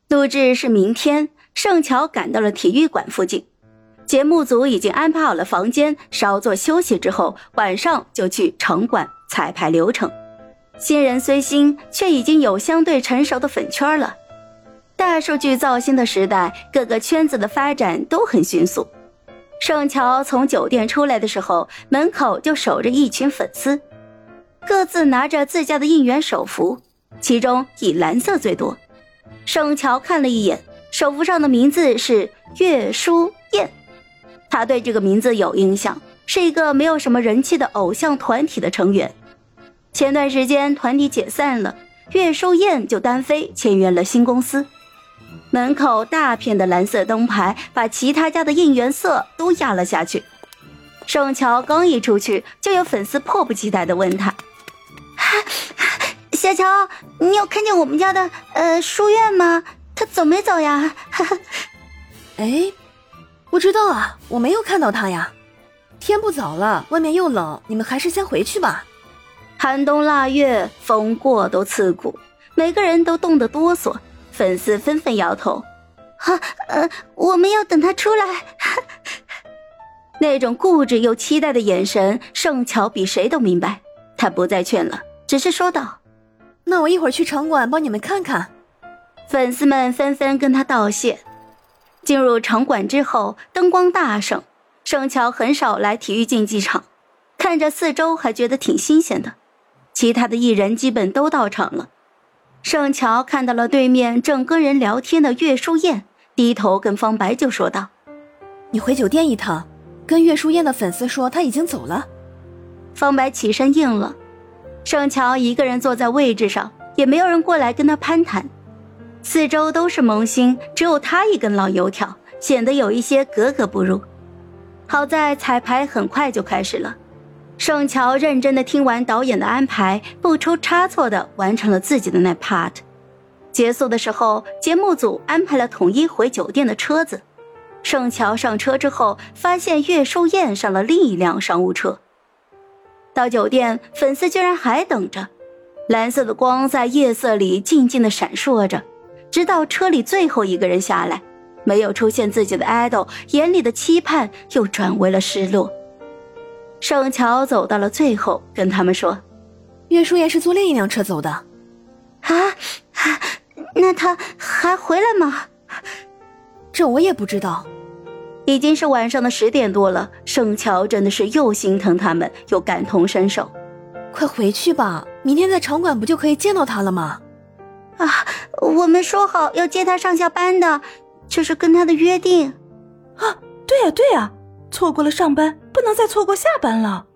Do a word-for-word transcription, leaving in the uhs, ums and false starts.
录制是明天，盛乔赶到了体育馆附近，节目组已经安排好了房间，稍作休息之后，晚上就去场馆彩排流程。新人虽新，却已经有相对成熟的粉圈了。大数据造星的时代，各个圈子的发展都很迅速。盛乔从酒店出来的时候，门口就守着一群粉丝，各自拿着自家的应援手幅，其中以蓝色最多。盛乔看了一眼，手幅上的名字是岳书燕，他对这个名字有印象，是一个没有什么人气的偶像团体的成员。前段时间团体解散了，岳书燕就单飞签约了新公司。门口大片的蓝色灯牌把其他家的应援色都压了下去。盛乔刚一出去，就有粉丝迫不及待地问他：小乔，你有看见我们家的呃书院吗？他走没走呀？ 哎，不知道啊，我没有看到他呀。天不早了，外面又冷，你们还是先回去吧。 寒冬腊月，风过都刺骨，每个人都冻得哆嗦，粉丝纷纷摇头。哈，呃，我们要等他出来。那种固执又期待的眼神，盛乔比谁都明白。他不再劝了，只是说道： 那我一会儿去场馆帮你们看看。 粉丝们纷纷跟他道谢。进入场馆之后，灯光大盛，盛乔很少来体育竞技场，看着四周还觉得挺新鲜的。其他的艺人基本都到场了。盛乔看到了对面正跟人聊天的岳书燕，低头跟方白就说道： 你回酒店一趟，跟岳书燕的粉丝说他已经走了。 方白起身应了。盛乔一个人坐在位置上，也没有人过来跟他攀谈。四周都是萌新，只有他一根老油条，显得有一些格格不入。好在彩排很快就开始了，盛乔认真地听完导演的安排，不出差错地完成了自己的那 part。 结束的时候，节目组安排了统一回酒店的车子。盛乔上车之后，发现岳书燕上了另一辆商务车。到酒店，粉丝居然还等着，蓝色的光在夜色里静静地闪烁着，直到车里最后一个人下来，没有出现自己的 idol， 眼里的期盼又转为了失落。盛乔走到了最后，跟他们说： 岳书燕是坐另一辆车走的。 啊，那他还回来吗？ 这我也不知道。 已经是晚上的十点多了，盛乔真的是又心疼他们，又感同身受。 快回去吧，明天在场馆不就可以见到他了吗？ 啊，我们说好要接他上下班的，这是跟他的约定。 啊，对呀对呀，错过了上班，不能再错过下班了。